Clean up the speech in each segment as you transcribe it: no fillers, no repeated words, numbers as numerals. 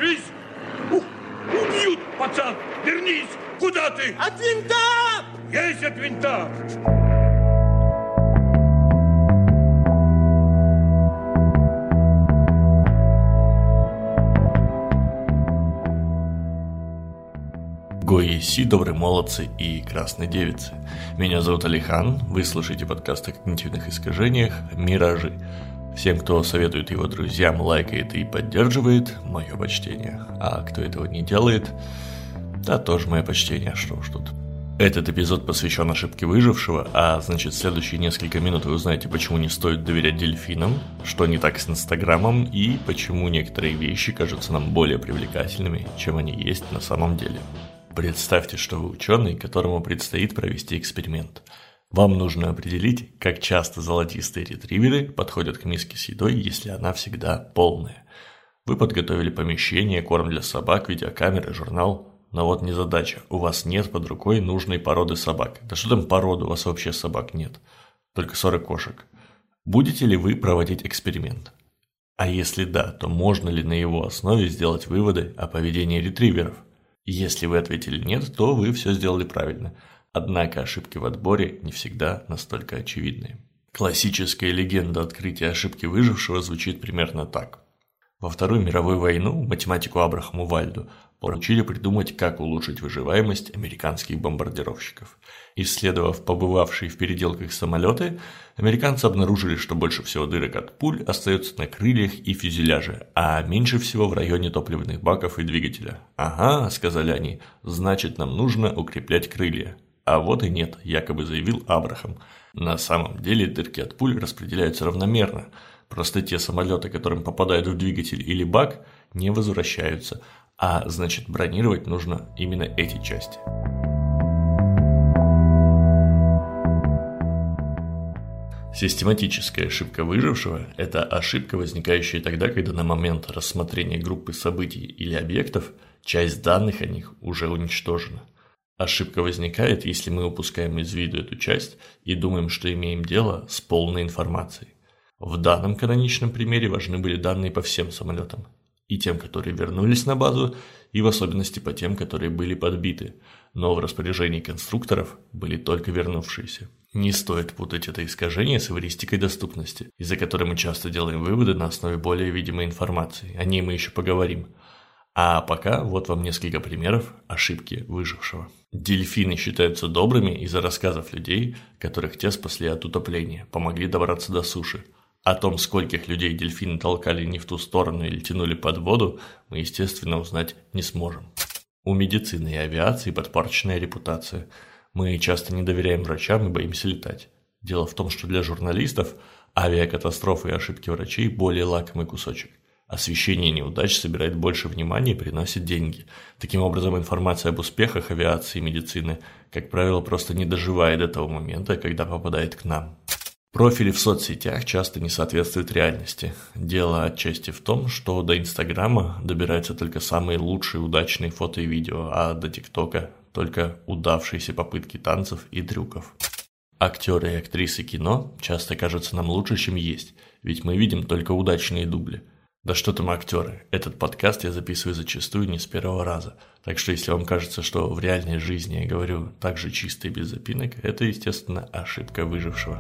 Держись! Убьют, пацан! Вернись! Куда ты? От винта! Есть от винта! Гои Си, добрые молодцы и красные девицы. Меня зовут Алихан, вы слушаете подкаст о когнитивных искажениях «Миражи». Всем, кто советует его друзьям, лайкает и поддерживает, мое почтение. А кто этого не делает, да, тоже мое почтение, что уж тут. Этот эпизод посвящен ошибке выжившего, а значит, следующие несколько минут вы узнаете, почему не стоит доверять дельфинам, что не так с Инстаграмом и почему некоторые вещи кажутся нам более привлекательными, чем они есть на самом деле. Представьте, что вы ученый, которому предстоит провести эксперимент. Вам нужно определить, как часто золотистые ретриверы подходят к миске с едой, если она всегда полная. Вы подготовили помещение, корм для собак, видеокамеры, журнал. Но вот незадача, у вас нет под рукой нужной породы собак. Да что там породы, у вас вообще собак нет. Только 40 кошек. Будете ли вы проводить эксперимент? А если да, то можно ли на его основе сделать выводы о поведении ретриверов? Если вы ответили нет, то вы все сделали правильно. Однако ошибки в отборе не всегда настолько очевидны. Классическая легенда открытия ошибки выжившего звучит примерно так. Во Вторую мировую войну математику Абрахаму Вальду поручили придумать, как улучшить выживаемость американских бомбардировщиков. Исследовав побывавшие в переделках самолеты, американцы обнаружили, что больше всего дырок от пуль остается на крыльях и фюзеляже, а меньше всего в районе топливных баков и двигателя. «Ага», – сказали они, – «значит, нам нужно укреплять крылья». А вот и нет, якобы заявил Абрахам. На самом деле дырки от пуль распределяются равномерно. Просто те самолеты, которым попадают в двигатель или бак, не возвращаются, а значит бронировать нужно именно эти части. Систематическая ошибка выжившего – это ошибка, возникающая тогда, когда на момент рассмотрения группы событий или объектов часть данных о них уже уничтожена. Ошибка возникает, если мы упускаем из виду эту часть и думаем, что имеем дело с полной информацией. В данном каноничном примере важны были данные по всем самолетам. И тем, которые вернулись на базу, и в особенности по тем, которые были подбиты. Но в распоряжении конструкторов были только вернувшиеся. Не стоит путать это искажение с эвристикой доступности, из-за которой мы часто делаем выводы на основе более видимой информации. О ней мы еще поговорим. А пока вот вам несколько примеров ошибки выжившего. Дельфины считаются добрыми из-за рассказов людей, которых те спасли от утопления, помогли добраться до суши. О том, скольких людей дельфины толкали не в ту сторону или тянули под воду, мы, естественно, узнать не сможем. У медицины и авиации подпорченная репутация. Мы часто не доверяем врачам и боимся летать. Дело в том, что для журналистов авиакатастрофы и ошибки врачей более лакомый кусочек. Освещение неудач собирает больше внимания и приносит деньги. Таким образом, информация об успехах авиации и медицины, как правило, просто не доживает до того момента, когда попадает к нам. Профили в соцсетях часто не соответствуют реальности. Дело отчасти в том, что до Инстаграма добираются только самые лучшие удачные фото и видео, а до ТикТока только удавшиеся попытки танцев и трюков. Актеры и актрисы кино часто кажутся нам лучше, чем есть, ведь мы видим только удачные дубли. Да что там актеры, этот подкаст я записываю зачастую не с первого раза, так что если вам кажется, что в реальной жизни я говорю так же чисто и без запинок, это, естественно, ошибка выжившего.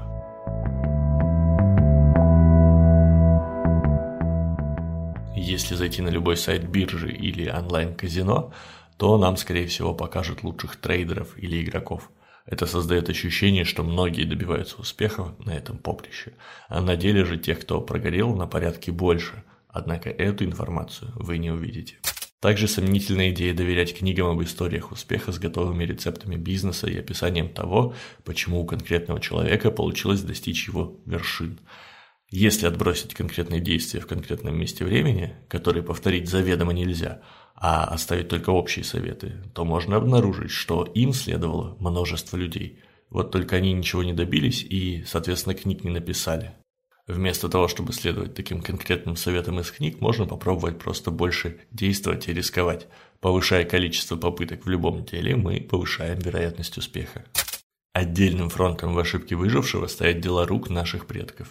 Если зайти на любой сайт биржи или онлайн-казино, то нам, скорее всего, покажут лучших трейдеров или игроков. Это создает ощущение, что многие добиваются успеха на этом поприще, а на деле же тех, кто прогорел, на порядке больше. Однако эту информацию вы не увидите. Также сомнительная идея доверять книгам об историях успеха с готовыми рецептами бизнеса и описанием того, почему у конкретного человека получилось достичь его вершин. Если отбросить конкретные действия в конкретном месте времени, которые повторить заведомо нельзя, а оставить только общие советы, то можно обнаружить, что им следовало множество людей. Вот только они ничего не добились и, соответственно, книг не написали. Вместо того, чтобы следовать таким конкретным советам из книг, можно попробовать просто больше действовать и рисковать. Повышая количество попыток в любом деле, мы повышаем вероятность успеха. Отдельным фронтом в ошибке выжившего стоят дела рук наших предков.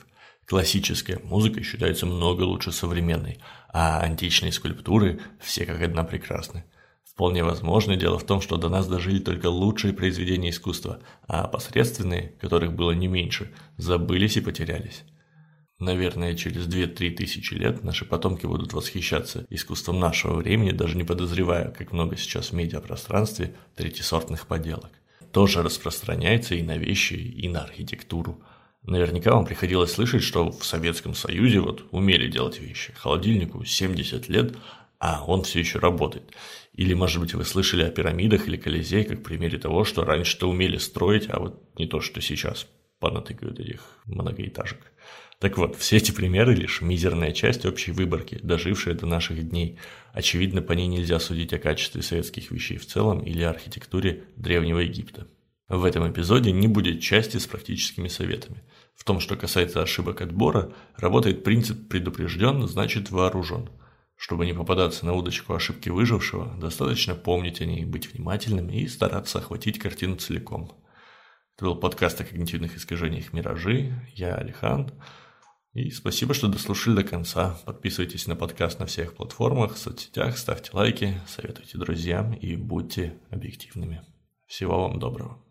Классическая музыка считается много лучше современной, а античные скульптуры все как одна прекрасны. Вполне возможно, дело в том, что до нас дожили только лучшие произведения искусства, а посредственные, которых было не меньше, забылись и потерялись. Наверное, через 2-3 тысячи лет наши потомки будут восхищаться искусством нашего времени, даже не подозревая, как много сейчас в медиапространстве третьесортных подделок. Тоже распространяется и на вещи, и на архитектуру. Наверняка вам приходилось слышать, что в Советском Союзе умели делать вещи. Холодильнику 70 лет, а он все еще работает. Или, может быть, вы слышали о пирамидах или Колизее, как примере того, что раньше-то умели строить, а не то, что сейчас понатыкают этих многоэтажек. Так вот, все эти примеры лишь мизерная часть общей выборки, дожившая до наших дней. Очевидно, по ней нельзя судить о качестве советских вещей в целом или архитектуре Древнего Египта. В этом эпизоде не будет части с практическими советами. В том, что касается ошибок отбора, работает принцип «предупрежден, значит вооружен». Чтобы не попадаться на удочку ошибки выжившего, достаточно помнить о ней, быть внимательным и стараться охватить картину целиком. Это был подкаст о когнитивных искажениях «Миражи». Я Алихан. И спасибо, что дослушали до конца. Подписывайтесь на подкаст на всех платформах, соцсетях, ставьте лайки, советуйте друзьям и будьте объективными. Всего вам доброго.